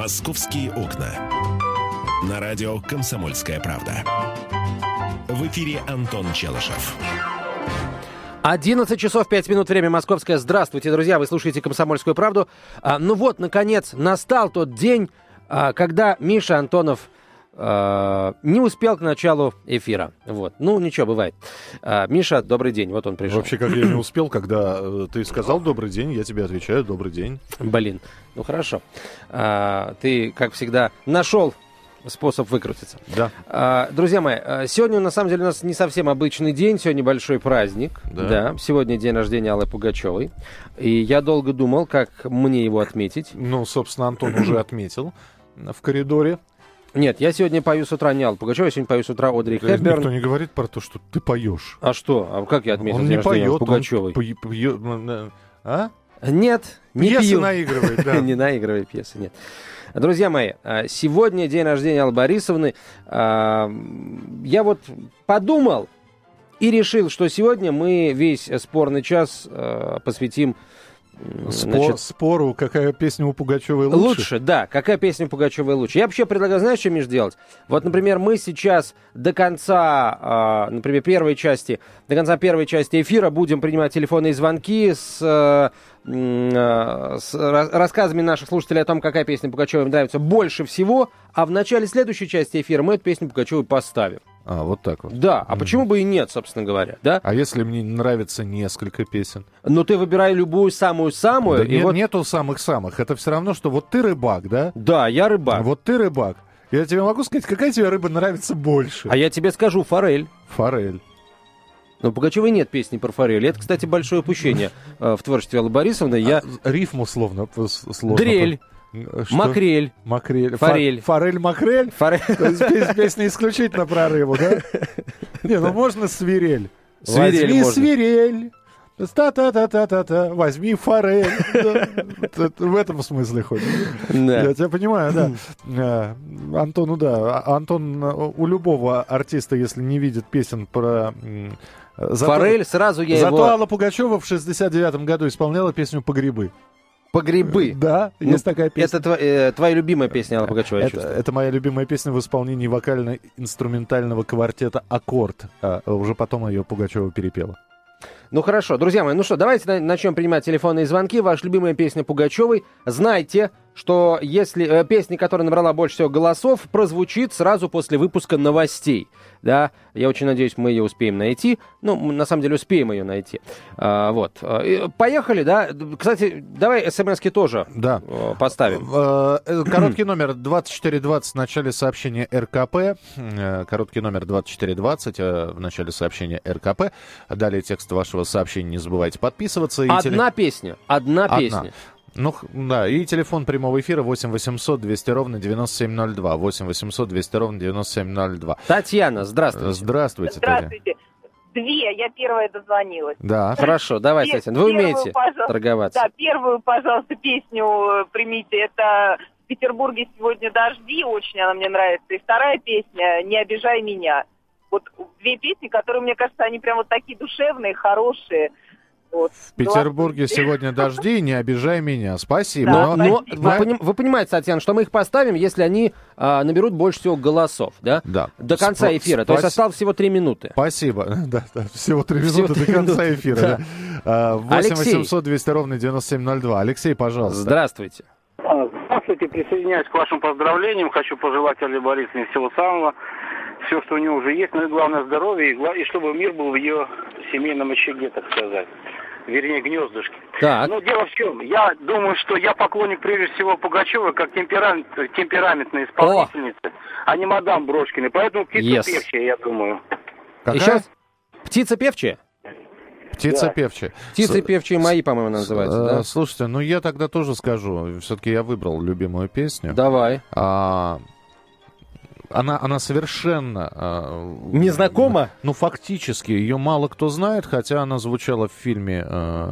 «Московские окна». На радио «Комсомольская правда». В эфире Антон Челышев. 11 часов 5 минут, время московское. Здравствуйте, друзья, вы слушаете «Комсомольскую правду». Ну вот, наконец, настал тот день, когда Миша Антонов не успел к началу эфира. Вот. Ну, ничего, бывает. Миша, добрый день. Вот он пришел. Вообще, как я не успел, когда ты сказал «добрый день», я тебе отвечаю «добрый день». Блин, ну хорошо. Ты, как всегда, нашел способ выкрутиться. Да. Друзья мои, сегодня, на самом деле, у нас не совсем обычный день. Сегодня большой праздник. Да. Сегодня день рождения Аллы Пугачевой. И я долго думал, как мне его отметить. Ну, собственно, Антон уже отметил в коридоре. Нет, я сегодня пою с утра не Аллу Пугачеву, я сегодня пою с утра Одри Хепберн. Никто не говорит про то, что ты поешь. А что? А как я отметил он день не рождения поет, Пугачевой? А? Нет, не пьесы пью. наигрывает, да. Не наигрывай пьесы, нет. Друзья мои, сегодня день рождения Аллы Борисовны. Я вот подумал и решил, что сегодня мы весь спорный час посвятим спору, какая песня у Пугачевой лучше? Лучше, да. Какая песня у Пугачевой лучше? Я вообще предлагаю, знаешь, что, Миш, делать? Вот, например, мы сейчас до конца, например, первой части эфира будем принимать телефонные звонки с рассказами наших слушателей о том, какая песня Пугачевой им нравится больше всего, а в начале следующей части эфира мы эту песню Пугачевой поставим. Вот так вот. Да, а почему бы и нет, собственно говоря, да? А если мне нравится несколько песен? Ну, ты выбирай любую самую-самую. Да и вот... нету самых-самых. Это все равно, что вот ты рыбак, да? Да, я рыбак. Вот ты рыбак. Я тебе могу сказать, какая тебе рыба нравится больше? А я тебе скажу, форель. Форель. Но у Пугачевой нет песни про форель. Это, кстати, большое упущение в творчестве Аллы Борисовны. Рифму сложно. Дрель. Что? Макрель. Форель. Форель-макрель? То есть песня исключительно про рыбу, да? Не, ну можно свирель. Возьми свирель. Та-та-та-та-та-та. Возьми форель. В этом смысле хоть. Я тебя понимаю, да. Антону, да. Антон у любого артиста, если не видит песен про... Форель, сразу я его... Зато Алла Пугачева в 69-м году исполняла песню «Погребы». «Погребы». Да, есть такая песня. Это твоя любимая песня Аллы Пугачевой, я чувствую. Это моя любимая песня в исполнении вокально-инструментального квартета «Аккорд». Уже потом ее Пугачева перепела. Ну хорошо, друзья мои, ну что, давайте начнем принимать телефонные звонки. Ваша любимая песня Пугачевой. Знайте, что если песня, которая набрала больше всего голосов, прозвучит сразу после выпуска новостей. Да, я очень надеюсь, мы ее успеем найти. Ну, мы, на самом деле, успеем ее найти. Вот. Поехали, да? Кстати, давай смс-ки тоже поставим. Короткий номер 2420 в начале сообщения РКП. Короткий номер 2420 в начале сообщения РКП. Далее текст вашего сообщения. Не забывайте подписываться. Одна песня. Ну, да, и телефон прямого эфира 8 800 200 ровно 9702. 8 800 200 ровно 9702. Татьяна, здравствуйте. Здравствуйте, Здравствуйте. Я первая дозвонилась. Да. Хорошо, давай, Татьяна, вы умеете торговаться. Да, первую, пожалуйста, песню примите. Это «В Петербурге сегодня дожди», очень она мне нравится. И вторая песня «Не обижай меня». Вот две песни, которые, мне кажется, они прям вот такие душевные, хорошие. Вот. В Петербурге сегодня дожди, не обижай меня. Спасибо. Да, но вы понимаете, Татьяна, что мы их поставим, если они наберут больше всего голосов, да? Да. До конца эфира. То есть осталось всего 3 минуты. Спасибо. Да, всего 3 минуты до конца эфира. 8 800 200 ровно 9702. Алексей, пожалуйста. Здравствуйте. Здравствуйте, присоединяюсь к вашим поздравлениям. Хочу пожелать Алле Борисовне всего самого. Все, что у нее уже есть, но и главное здоровье, и чтобы мир был в ее семейном очаге, так сказать. Вернее, гнездышке. Так. Но дело в чем? Я думаю, что я поклонник прежде всего Пугачевой как темпераментной исполнительницы, а не мадам Брошкиной. Поэтому птица певчая, я думаю. Какая? Еще птица певчая? Птица певчая. Птицы певчие мои, по-моему, называются, да? Слушайте, ну я тогда тоже скажу. Все-таки я выбрал любимую песню. Давай. Она совершенно... незнакома? Ну, фактически. Ее мало кто знает, хотя она звучала в фильме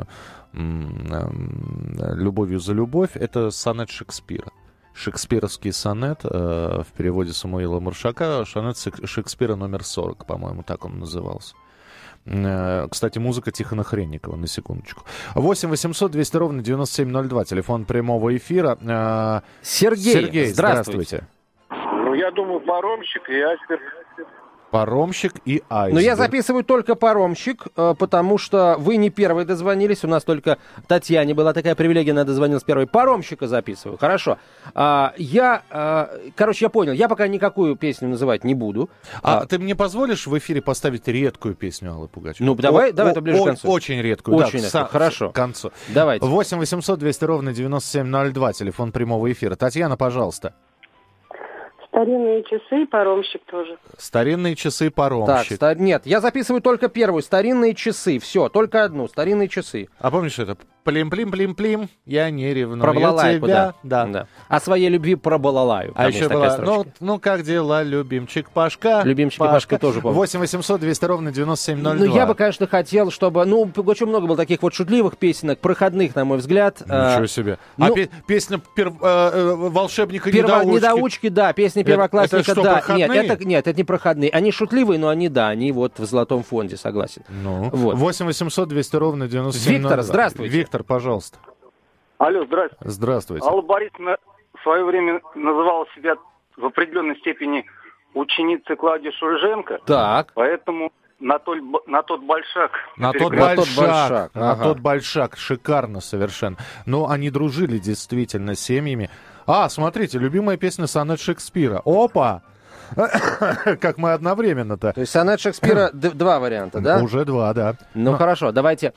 «Любовью за любовь». Это сонет Шекспира. Шекспировский сонет в переводе Самуила Маршака. Сонет Шекспира номер 40, по-моему, так он назывался. Кстати, музыка Тихона Хренникова, на секундочку. 8 800 200 ровно 9702, телефон прямого эфира. Сергей, здравствуйте. Ну, я думаю, паромщик и айсберг. Паромщик и айсберг. Но я записываю только паромщик, потому что вы не первые дозвонились. У нас только Татьяне была такая привилегия, она дозвонилась первой. Паромщика записываю. Хорошо. Я понял. Я пока никакую песню называть не буду. Ты мне позволишь в эфире поставить редкую песню Аллы Пугачевой? Ну, давай это ближе к концу. Очень редкую. Очень редкую. Хорошо. К концу. Давайте. 8 800 200 ровно 9702, телефон прямого эфира. Татьяна, пожалуйста. Старинные часы и паромщик тоже. Старинные часы, паромщик. Так, нет, я записываю только первую. Старинные часы. Все, только одну. Старинные часы. А помнишь это? Плим-плим-плим-плим, я не ревную про балалайку, тебя. Да. О своей любви про балалаю. А еще была, ну как дела, любимчик Пашка? Любимчик Пашка тоже помню. 8 800 200 ровно 9702. Ну, я бы, конечно, хотел, чтобы... Ну, очень много было таких вот шутливых песенок, проходных, на мой взгляд. Ничего себе. Песня волшебника-недоучки? Недоучки, да, песни первоклассника, это что, да. проходные? Нет, это не проходные. Они шутливые, но они вот в золотом фонде, согласен. Ну, вот. 8 800 200 ровно 9702. Виктор, здравствуйте. Виктор, пожалуйста. Алло, здравствуйте. Здравствуйте. Алла Борисовна в свое время называла себя в определенной степени ученицей Клавдии Шульженко. Так. Поэтому на тот большак. На тот большак. Шикарно совершенно. Но они дружили действительно с семьями. Смотрите, любимая песня «Сонет Шекспира». Опа! Как мы одновременно-то. То есть сонет Шекспира два варианта, да? Уже два, да. Ну хорошо, давайте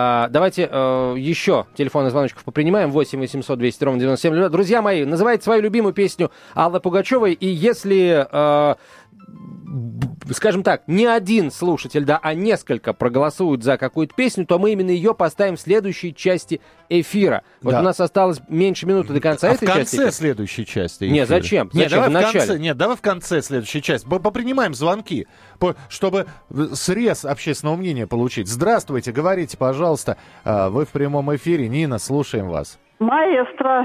еще телефонных звоночков попринимаем. 8 800 200 ровно 97. Друзья мои, называйте свою любимую песню Аллы Пугачевой. И если... скажем так, не один слушатель, а несколько проголосуют за какую-то песню, то мы именно ее поставим в следующей части эфира. Вот у нас осталось меньше минуты до конца этой части. в конце следующей части эфира. Нет, зачем? Давай в начале. Давай в конце следующей части. Попринимаем звонки, чтобы срез общественного мнения получить. Здравствуйте, говорите, пожалуйста. Вы в прямом эфире. Нина, слушаем вас. Маэстро.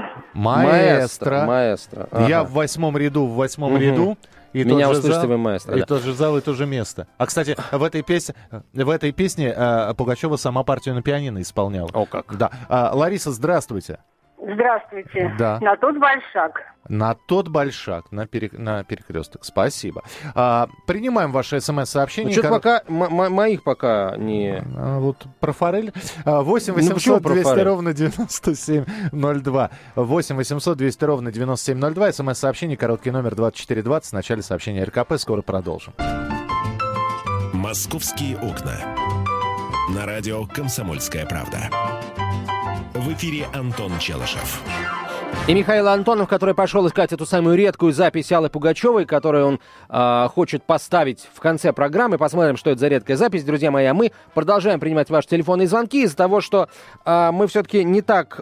Ага. Я в 8-м ряду. И меня услышите вы, маэстро. И тот же зал, и то же место. А, кстати, в этой песне Пугачева сама партию на пианино исполняла. О, как. Да. Лариса, здравствуйте. Здравствуйте. Да. На тот большак. На тот большак, на перекресток. Спасибо. Принимаем ваше смс-сообщение. Что-то пока, моих пока не... Вот про форель. 8 800 200 ровно 9702. 8 800 200 ровно 9702. СМС-сообщение, короткий номер 2420. В начале сообщения РКП. Скоро продолжим. «Московские окна». На радио «Комсомольская правда». В эфире Антон Челышев. И Михаил Антонов, который пошел искать эту самую редкую запись Аллы Пугачевой, которую он хочет поставить в конце программы. Посмотрим, что это за редкая запись, друзья мои. А мы продолжаем принимать ваши телефонные звонки из-за того, что мы все-таки не так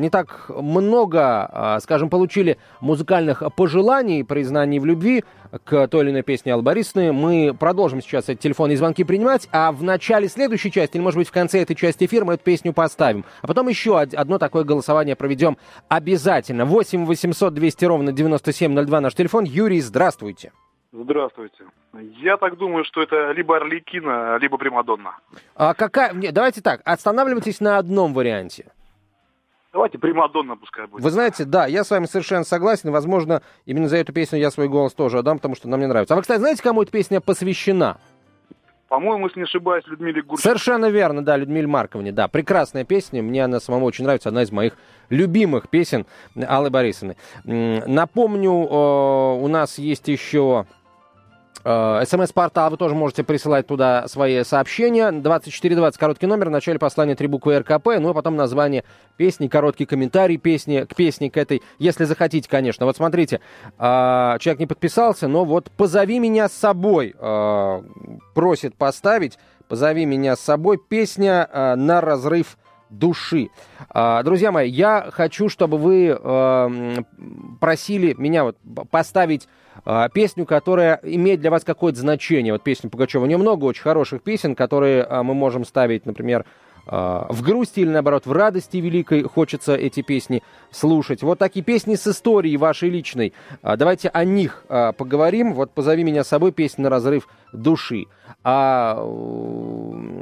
много, скажем, получили музыкальных пожеланий, признаний в любви к той или иной песне Аллы Борисовны. Мы продолжим сейчас эти телефонные звонки принимать, а в начале следующей части, или, может быть, в конце этой части эфира мы эту песню поставим. А потом еще одно такое голосование проведем обязательно. 8 800 200 ровно 9702 наш телефон. Юрий, здравствуйте. Здравствуйте. Я так думаю, что это либо Арлекино, либо Примадонна. Давайте так, останавливайтесь на одном варианте. Давайте Примадонна пускай будет. Вы знаете, да, я с вами совершенно согласен. Возможно, именно за эту песню я свой голос тоже отдам, потому что она мне нравится. А вы, кстати, знаете, кому эта песня посвящена? По-моему, если не ошибаюсь, Людмиле Гурченко. Совершенно верно, да, Людмиле Марковне. Да, прекрасная песня, мне она самому очень нравится, одна из моих любимых песен Аллы Борисовны. Напомню, у нас есть еще... СМС-портал, вы тоже можете присылать туда свои сообщения. 2420, короткий номер, в начале послания 3 буквы РКП, ну и потом название песни, короткий комментарий к песне к этой, если захотите, конечно. Вот смотрите, человек не подписался, но вот «Позови меня с собой» просит поставить. «Позови меня с собой» песня на разрыв души. Друзья мои, я хочу, чтобы вы просили меня вот поставить песню, которая имеет для вас какое-то значение. Вот песню Пугачева. У нее много очень хороших песен, которые мы можем ставить, например, в грусти или, наоборот, в радости великой хочется эти песни слушать. Вот такие песни с историей вашей личной. Давайте о них поговорим. Вот «Позови меня с собой» песня на разрыв души.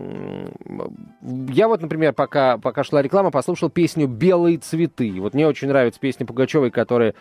Я вот, например, пока шла реклама, послушал песню «Белые цветы». Вот мне очень нравится песня Пугачевой,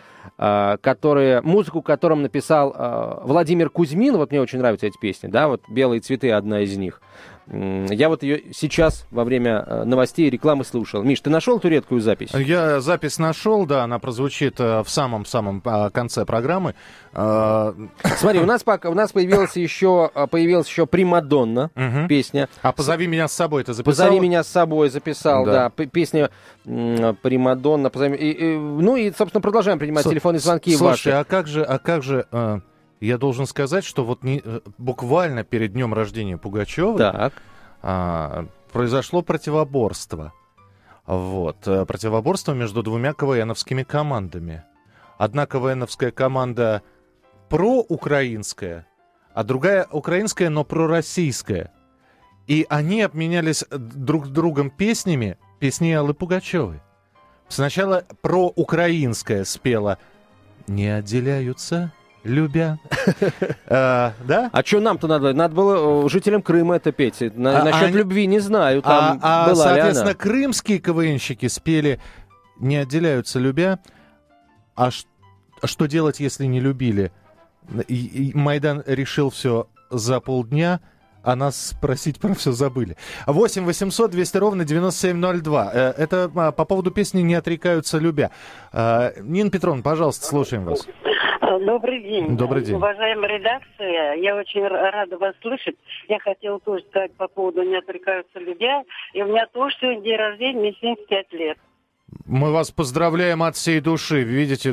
музыку которым написал Владимир Кузьмин. Вот мне очень нравятся эти песни, да, вот «Белые цветы» одна из них. Я вот ее сейчас во время новостей и рекламы слушал. Миш, ты нашел эту редкую запись? Я запись нашел, да, она прозвучит в самом-самом конце программы. Смотри, у нас появилась еще «Примадонна», песня. А «Позови меня с собой» ты записал? «Позови меня с собой» записал, да. Песня «Примадонна». Ну и, собственно, продолжаем принимать телефонные звонки. Слушай, а как же... Я должен сказать, что вот буквально перед днем рождения Пугачевой произошло противоборство. Противоборство между двумя КВНовскими командами. Одна КВНовская команда проукраинская, а другая украинская, но пророссийская. И они обменялись друг с другом песни Аллы Пугачевой. Сначала проукраинская спела «Не отделяются... любя». Да? А что нам-то надо? Надо было жителям Крыма это петь. Насчет любви не знаю. Там была соответственно, ли она? крымские КВНщики спели «Не отделяются любя». А что делать, если не любили? И Майдан решил все за полдня, а нас спросить про все забыли. 8 800 200 ровно 9702. Это по поводу песни «Не отрекаются любя». Нина Петровна, пожалуйста, слушаем вас. Добрый день. Добрый день. Уважаемая редакция, я очень рада вас слышать. Я хотела тоже сказать по поводу «Не отрекаются любя». И у меня тоже сегодня день рождения, мне 75 лет. Мы вас поздравляем от всей души. Видите,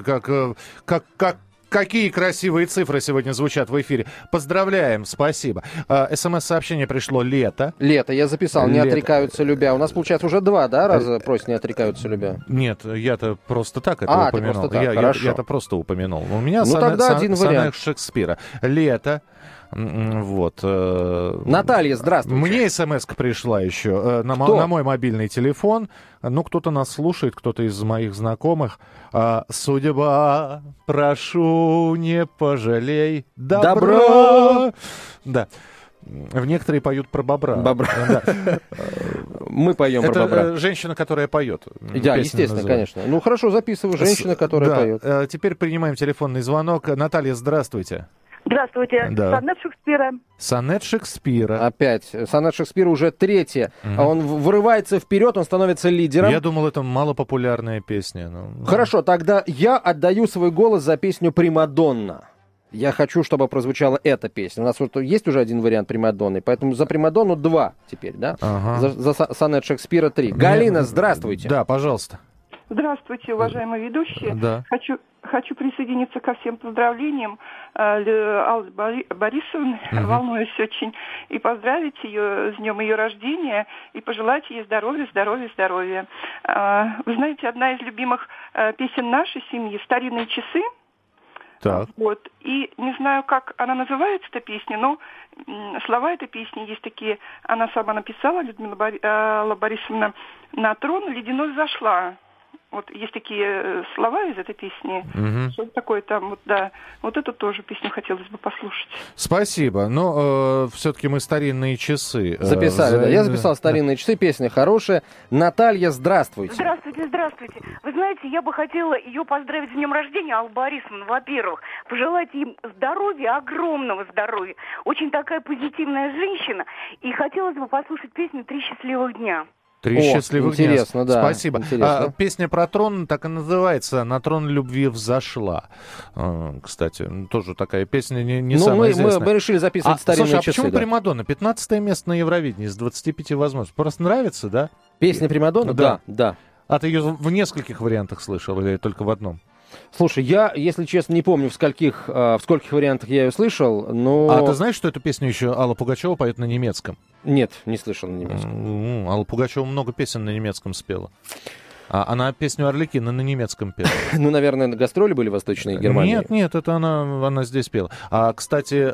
какие красивые цифры сегодня звучат в эфире. Поздравляем, спасибо. СМС-сообщение пришло «Лето». «Лето», я записал, «Не отрекаются любя». У нас, получается, уже два, да, раза просят «Не отрекаются любя»? Нет, я-то просто так это упомянул. Ты просто так, хорошо. Я-то просто упомянул. У меня тогда один вариант. сонет Шекспира. «Лето». Вот. Наталья, здравствуйте. Мне смс-ка пришла еще на мой мобильный телефон. Ну, кто-то нас слушает, кто-то из моих знакомых. «Судьба, прошу, не пожалей добро». Да. Некоторые поют про бобра. Да. Мы поем про бобра. Это женщина, которая поет. Да, естественно, конечно. Ну, хорошо, записываю. Женщина, которая поет. Теперь принимаем телефонный звонок. Наталья, здравствуйте. Здравствуйте. Да. Сонет Шекспира. Сонет Шекспира. Опять. Сонет Шекспира уже третья. Он вырывается вперед, он становится лидером. Я думал, это малопопулярная песня. Хорошо, тогда я отдаю свой голос за песню «Примадонна». Я хочу, чтобы прозвучала эта песня. У нас вот есть уже один вариант «Примадонны», поэтому за «Примадонну» 2 теперь, да? Ага. За сонет Шекспира 3. Галина, здравствуйте. Да, пожалуйста. Здравствуйте, уважаемые ведущие. Да. Хочу присоединиться ко всем поздравлениям Аллы Борисовны, волнуюсь очень, и поздравить ее с днем ее рождения и пожелать ей здоровья. Вы знаете, одна из любимых песен нашей семьи «Старинные часы». Так. Вот. И не знаю, как она называется, эта песня, но слова этой песни есть такие. Она сама написала, Алла Борисовна, «На трон ледяной взошла». Вот есть такие слова из этой песни. Что-то такое там, вот, да. Вот эту тоже песню хотелось бы послушать. Спасибо. Но все-таки мы «Старинные часы». Записали, да. Я записал «Старинные часы», песня хорошая. Наталья, здравствуйте. Здравствуйте. Вы знаете, я бы хотела ее поздравить с днем рождения, Аллу Борисовну, во-первых. Пожелать им здоровья, огромного здоровья. Очень такая позитивная женщина. И хотелось бы послушать песню «Три счастливых дня». «Три счастливых дня». Интересно, да. Спасибо. Песня про трон так и называется «На трон любви взошла». Кстати, тоже такая песня не самая известная. Мы решили записывать «Старинные часы». Слушай, почему «Примадонна»? 15 место на Евровидении с 25 возможностей. Просто нравится, да? Песня «Примадонна»? Да. А ты ее в нескольких вариантах слышал или только в одном? Слушай, я, если честно, не помню, в скольких вариантах я ее слышал, но... А ты знаешь, что эту песню еще Алла Пугачева поет на немецком? Нет, не слышал на немецком. Алла Пугачева много песен на немецком спела. Она песню «Арлекина» на немецком пела. Ну, наверное, гастроли были в Восточной Германии. Нет, это она здесь пела. Кстати,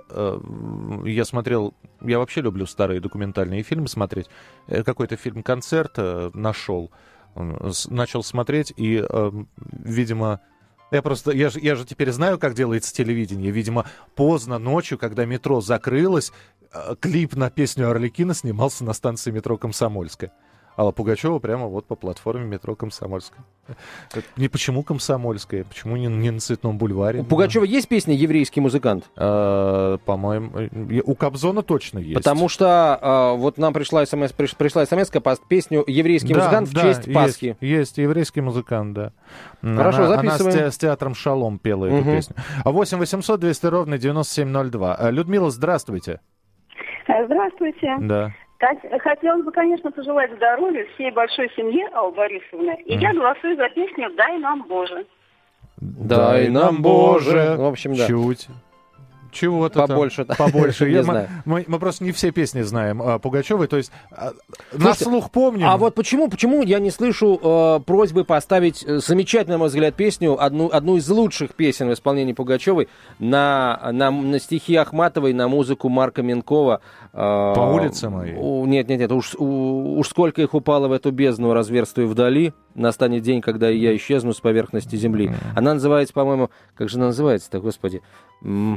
я вообще люблю старые документальные фильмы смотреть. Какой-то фильм-концерт нашел, начал смотреть, и, видимо, Я же теперь знаю, как делается телевидение. Видимо, поздно ночью, когда метро закрылось, клип на песню Арлекино снимался на станции метро «Комсомольская». Алла Пугачева прямо вот по платформе метро «Комсомольская». Не почему «Комсомольская», почему не на Цветном бульваре? У Пугачева есть песня «Еврейский музыкант»? По-моему, у Кобзона точно есть. Потому что вот нам пришла смс-ка по песню «Еврейский музыкант» в честь Пасхи. Есть «Еврейский музыкант», да. Хорошо, записываем. Она с театром «Шалом» пела эту песню. 8 800 200 ровно 9702. Людмила, здравствуйте. Здравствуйте. Да. Хотелось бы, конечно, пожелать здоровья всей большой семье Аллы Борисовны. И я голосую за песню «Дай нам, Боже». Дай нам, Боже. В общем, да. Чуть. Чего-то побольше. Побольше. Не знаю. Мы просто не все песни знаем Пугачевой, то есть на слух помним. А вот почему я не слышу просьбы поставить замечательную, на мой взгляд, песню, одну из лучших песен в исполнении Пугачевой на стихи Ахматовой, на музыку Марка Менкова. По улице моей? Нет, уж сколько их упало в эту бездну, разверстую вдали. Настанет день, когда я исчезну с поверхности земли. Она называется, по-моему... Как же она называется-то, господи? Ну,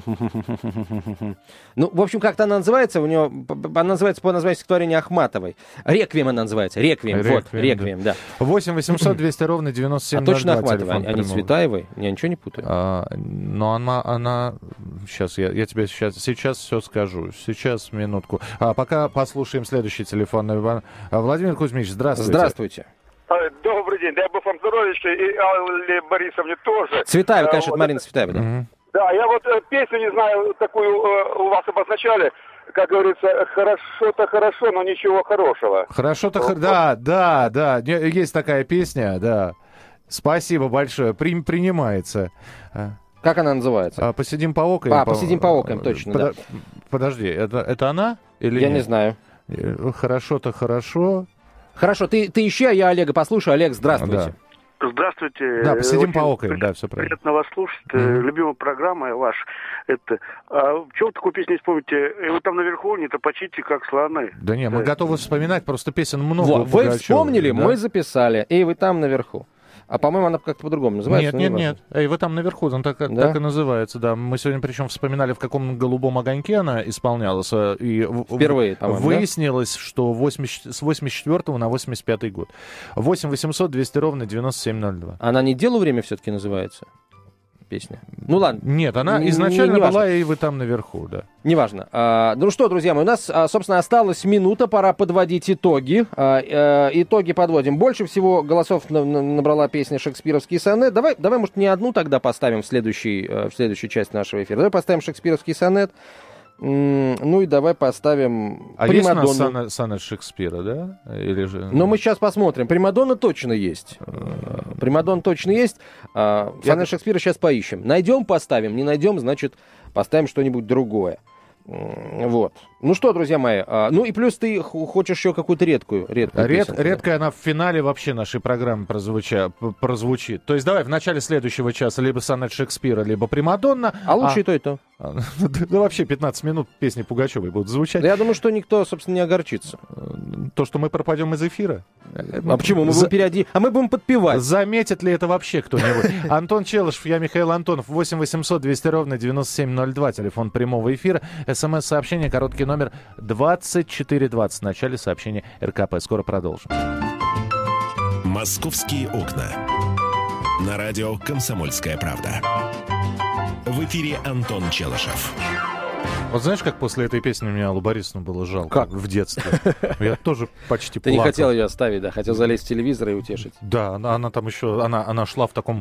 в общем, как-то она называется. Она называется по названию стихотворения Ахматовой. «Реквием» она называется. «Реквием», да. 8 800 200 ровно 9702. А точно Ахматова, а не Цветаевой? Я ничего не путаю. Но она... Сейчас, я тебе сейчас все скажу. Сейчас, минутку. Пока послушаем следующий телефонный. Владимир Кузьмич, здравствуйте. Здравствуйте. Добрый день. Дай Бог вам здоровьечка, и Алле Борисовне тоже. Цветаева, конечно, это Марина Цветаева, да. Да, я вот песню, не знаю, такую у вас обозначали, как говорится, хорошо-то хорошо, но ничего хорошего. Хорошо-то, да, есть такая песня, да. Спасибо большое, принимается. Как она называется? «Посидим поокаем». «Посидим поокаем», точно, да. Подожди, это она или я нет? Не знаю. Хорошо-то хорошо. Хорошо, ты ищи, а я Олега послушаю. Олег, здравствуйте. Да. Здравствуйте. Да, «Посидим поокаем», да, все правильно. Приятно вас слушать. Любимая программа ваша. Чего вы такую песню не вспомните? Вы там наверху не топочите, как слоны. Да не, мы готовы вспоминать, просто песен много. Вы вспомнили, да? Мы записали. И вы там наверху. А, по-моему, она как-то по-другому называется. Нет. Эй, вы там наверху, он так и называется, да. Мы сегодня причем вспоминали, в каком «Голубом огоньке» она исполнялась. И впервые, по-моему, выяснилось, да? Что с 84 на 85 год. 8 800 200 ровно 9702. Она не «Делу время» все-таки называется? Песня. Ну ладно. Нет, она изначально была «И вы там наверху», да. Неважно. Ну что, друзья мои, у нас, собственно, осталась минута, пора подводить итоги. Итоги подводим. Больше всего голосов набрала песня «Шекспировский сонет». Давай, может, не одну тогда поставим в следующей части нашего эфира. Давай поставим «Шекспировский сонет». Ну и давай поставим «Примадонну». Есть у нас сонет Шекспира, да? Или же... Но мы сейчас посмотрим. «Примадонна» точно есть. «Примадонна» точно есть. Сонет Шекспира сейчас поищем. Найдем, поставим. Не найдем, значит, поставим что-нибудь другое. Вот. Ну что, друзья мои, ну и плюс ты хочешь еще какую-то редкую песенку. Редкая она в финале вообще нашей программы прозвучит. То есть давай в начале следующего часа либо сонет Шекспира, либо «Примадонна». А лучше и то, и то. Да вообще 15 минут песни Пугачевой будут звучать. Да я думаю, что никто, собственно, не огорчится. То, что мы пропадем из эфира? А почему? Мы будем подпевать. Заметит ли это вообще кто-нибудь? Антон Челышев, я Михаил Антонов. 8 800 200 ровно 9702. Телефон прямого эфира. СМС-сообщение, короткий номер 2420. В начале сообщения РКП. Скоро продолжим. «Московские окна». На радио «Комсомольская правда». В эфире Антон Челышев. Вот знаешь, как после этой песни мне Аллу Борисовну было жалко? Как? В детстве. Я тоже почти плакал. Ты не хотел ее оставить, да? Хотел залезть в телевизор и утешить. Да, она там еще... Она шла в таком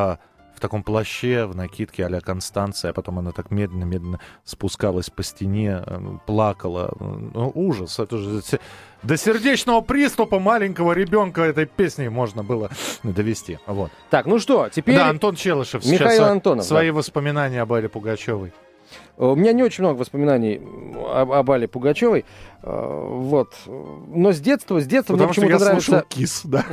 плаще, в накидке а-ля Констанция, а потом она так медленно-медленно спускалась по стене, плакала. Ужас. Это же... До сердечного приступа маленького ребенка этой песней можно было довести. Вот. Так, ну что, теперь... Да, Антон Челышев. Михаил Антонов. Свои воспоминания об Алле Пугачевой. У меня не очень много воспоминаний об Алле Пугачевой. Вот. Но с детства мне почему-то нравится... слушал «Кис», да.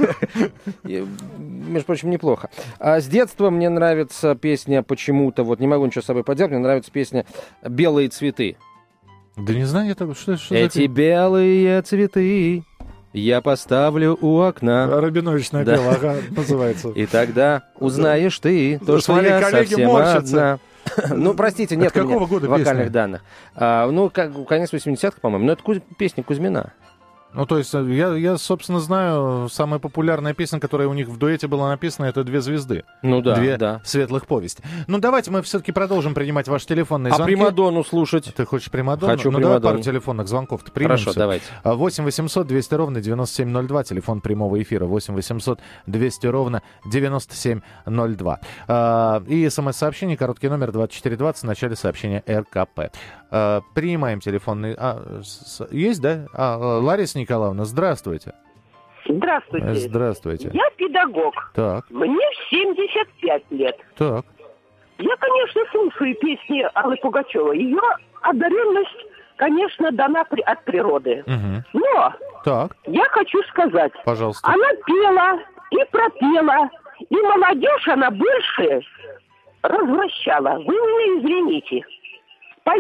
Между прочим, неплохо. А с детства мне нравится песня почему-то, вот не могу ничего с собой поделать, мне нравится песня «Белые цветы». Да не знаю я того, что эти белые цветы я поставлю у окна. Рабинович напел, ага, называется. И тогда узнаешь ты то, что я совсем одна. Ну, простите, нет у меня вокальных данных. Конец 80-х, по-моему. Но это песня Кузьмина. Ну, то есть, я, собственно, знаю, самая популярная песня, которая у них в дуэте была написана, это «Две звезды». Ну да, Две светлых повести. Ну, давайте мы все-таки продолжим принимать ваши телефонные звонки. А примадонну слушать? Ты хочешь примадонну? Хочу примадонну. Давай пару телефонных звонков-то примем. Хорошо, давайте. 8 800 200 ровно 9702, телефон прямого эфира. 8 800 200 ровно 9702. И смс-сообщение, короткий номер 2420, в начале сообщения РКП. Принимаем телефонный... Есть, да? Лариса Николаевна, здравствуйте. Здравствуйте. Здравствуйте. Я педагог. Так. Мне 75 лет. Так. Я, конечно, слушаю песни Аллы Пугачевой. Ее одаренность, конечно, дана от природы. Угу. Но я хочу сказать, пожалуйста, она пела и пропела, и молодежь она больше развращала. Вы меня извините. По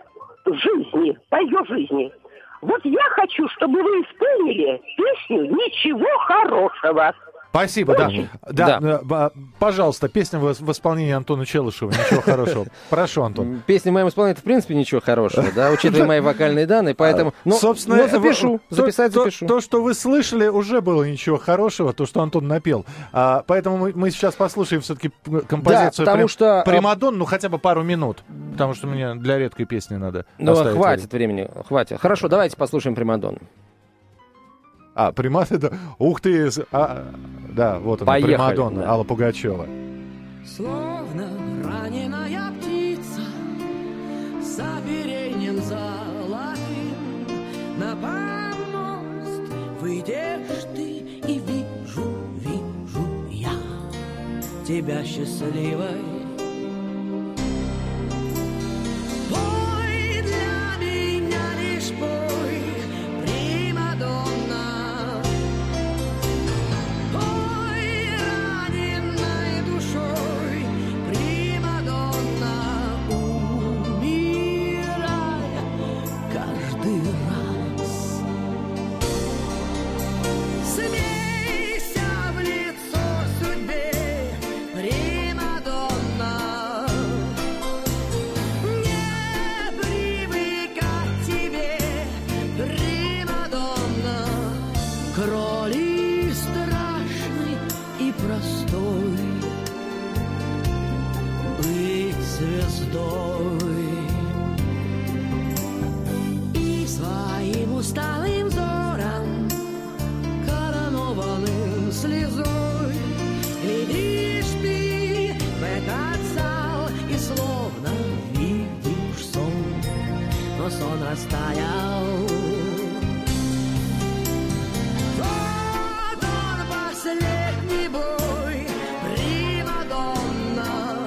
ее жизни. Вот я хочу, чтобы вы исполнили песню «Ничего хорошего». Спасибо, да. Пожалуйста, песня в исполнении Антона Челышева. Ничего хорошего. Прошу, Антон. Песня в моем исполнении, в принципе, ничего хорошего, да, учитывая мои вокальные данные, поэтому... Собственно, запишу. То, что вы слышали, уже было ничего хорошего, то, что Антон напел. Поэтому мы сейчас послушаем все-таки композицию «Примадонну», ну, хотя бы пару минут, потому что мне для редкой песни надо. Ну, хватит времени, хватит. Хорошо, давайте послушаем «Примадонну». Примадонна, ух ты, да, вот она, примадонна, Алла Пугачева. Словно раненая птица с оперением золотым, на помост выйдешь ты, и вижу я тебя счастливой. Пой для меня лишь пой, примадонна. И своим усталым взором, коронованным слезой, глядишь ты в этот зал и словно видишь сон, но сон растаял. Вот он, последний бой, примадонна.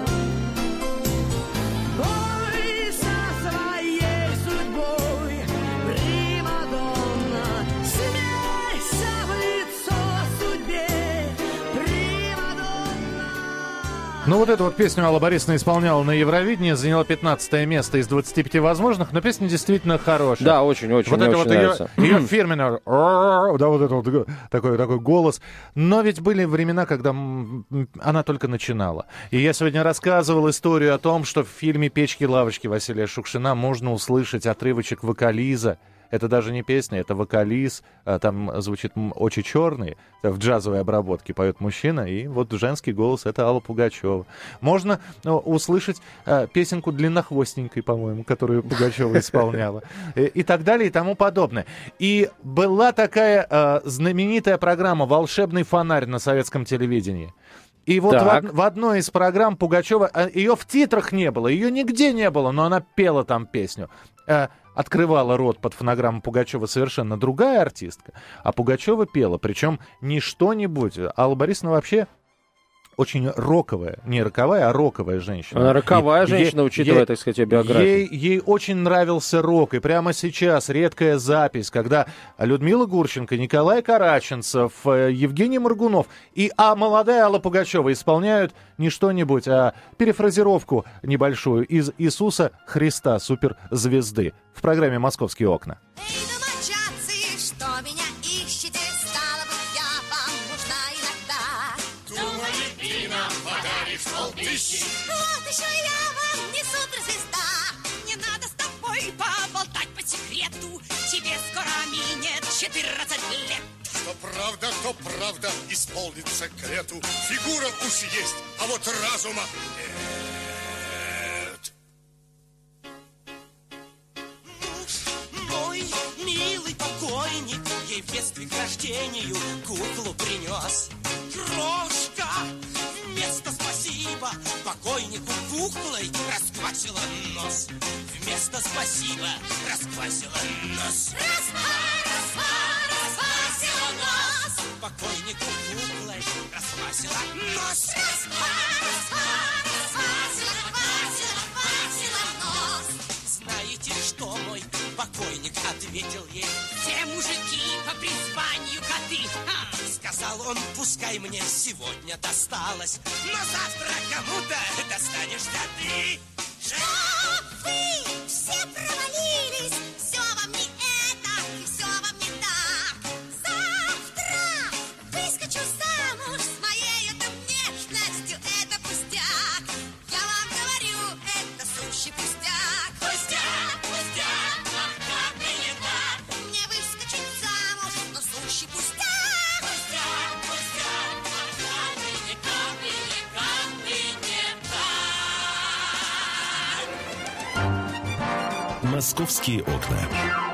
Ну, вот эту вот песню Алла Борисовна исполняла на Евровидении, заняла 15 место из 25 возможных, но песня действительно хорошая. Да, очень-очень, вот мне это очень вот нравится. Ее фирменный, да, вот это вот такой голос. Но ведь были времена, когда она только начинала. И я сегодня рассказывал историю о том, что в фильме «Печки-лавочки» Василия Шукшина можно услышать отрывочек вокализа. Это даже не песня, это вокализ. Там звучит очень черный. В джазовой обработке поет мужчина. И вот женский голос — это Алла Пугачева. Можно услышать песенку «Длиннохвостенькой», по-моему, которую Пугачева исполняла. И так далее, и тому подобное. И была такая знаменитая программа «Волшебный фонарь» на советском телевидении. И вот в одной из программ Пугачева, ее в титрах не было, ее нигде не было, но она пела там песню. Открывала рот под фонограмму Пугачева совершенно другая артистка, а Пугачева пела, причем не что-нибудь. Алла Борисовна вообще очень роковая, не роковая, а роковая женщина. Она роковая женщина, учитывая, так сказать, ее биографию. Ей очень нравился рок, и прямо сейчас редкая запись, когда Людмила Гурченко, Николай Караченцев, Евгений Моргунов и молодая Алла Пугачева исполняют не что-нибудь, а перефразировку небольшую из Иисуса Христа, суперзвезды, в программе «Московские окна». Эй, домочадцы, что меня ищете? полтыщи. Вот еще я вам не суперзвезда. Не надо с тобой поболтать по секрету. Тебе скоро минет 14 лет. То правда, исполнится к лету. Фигура уж есть, а вот разума нет. Муж мой, милый покойник, ей в детстве к рождению куклу принес. Крошка вместо спасибо покойнику куклой расквасила нос. Вместо спасибо расквасила нос. Расквасила нос. Покойнику куклой расквасила нос. Расквасила нос. Знаете, что мой покойник ответил ей? Все мужики по призванию коты. Сказал он, пускай мне сегодня досталось, но завтра кому-то достанешься ты. Что вы все провалились? Все вам не это, и все вам не так. Завтра выскочу замуж с моей это внешностью, это пустяк. Я вам говорю, это сущий пустяк. Пустяк, пустяк, ах, как и не так. Мне выскочить замуж, но сущий пустяк. Пустяк, пустяк, ах, как и не так, и никак и не так. «Московские окна».